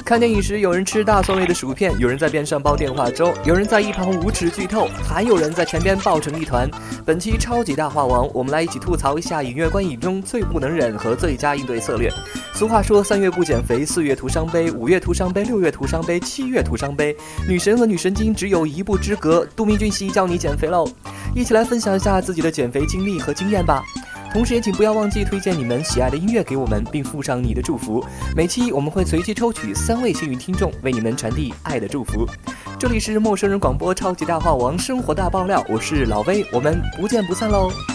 看电影时，有人吃大蒜味的薯片，有人在边上煲电话粥，有人在一旁无耻剧透，还有人在前边爆成一团。本期超级大话王，我们来一起吐槽一下影院观影中最不能忍和最佳应对策略。俗话说，3月不减肥，4月徒伤悲，5月徒伤悲，6月徒伤悲，7月徒伤悲。女神和女神经只有一步之隔，杜明俊熙教你减肥喽！一起来分享一下自己的减肥经历和经验吧。同时也请不要忘记推荐你们喜爱的音乐给我们，并附上你的祝福。每期我们会随机抽取3位幸运听众，为你们传递爱的祝福。这里是陌生人广播超级大话王生活大爆料，我是老威，我们不见不散喽！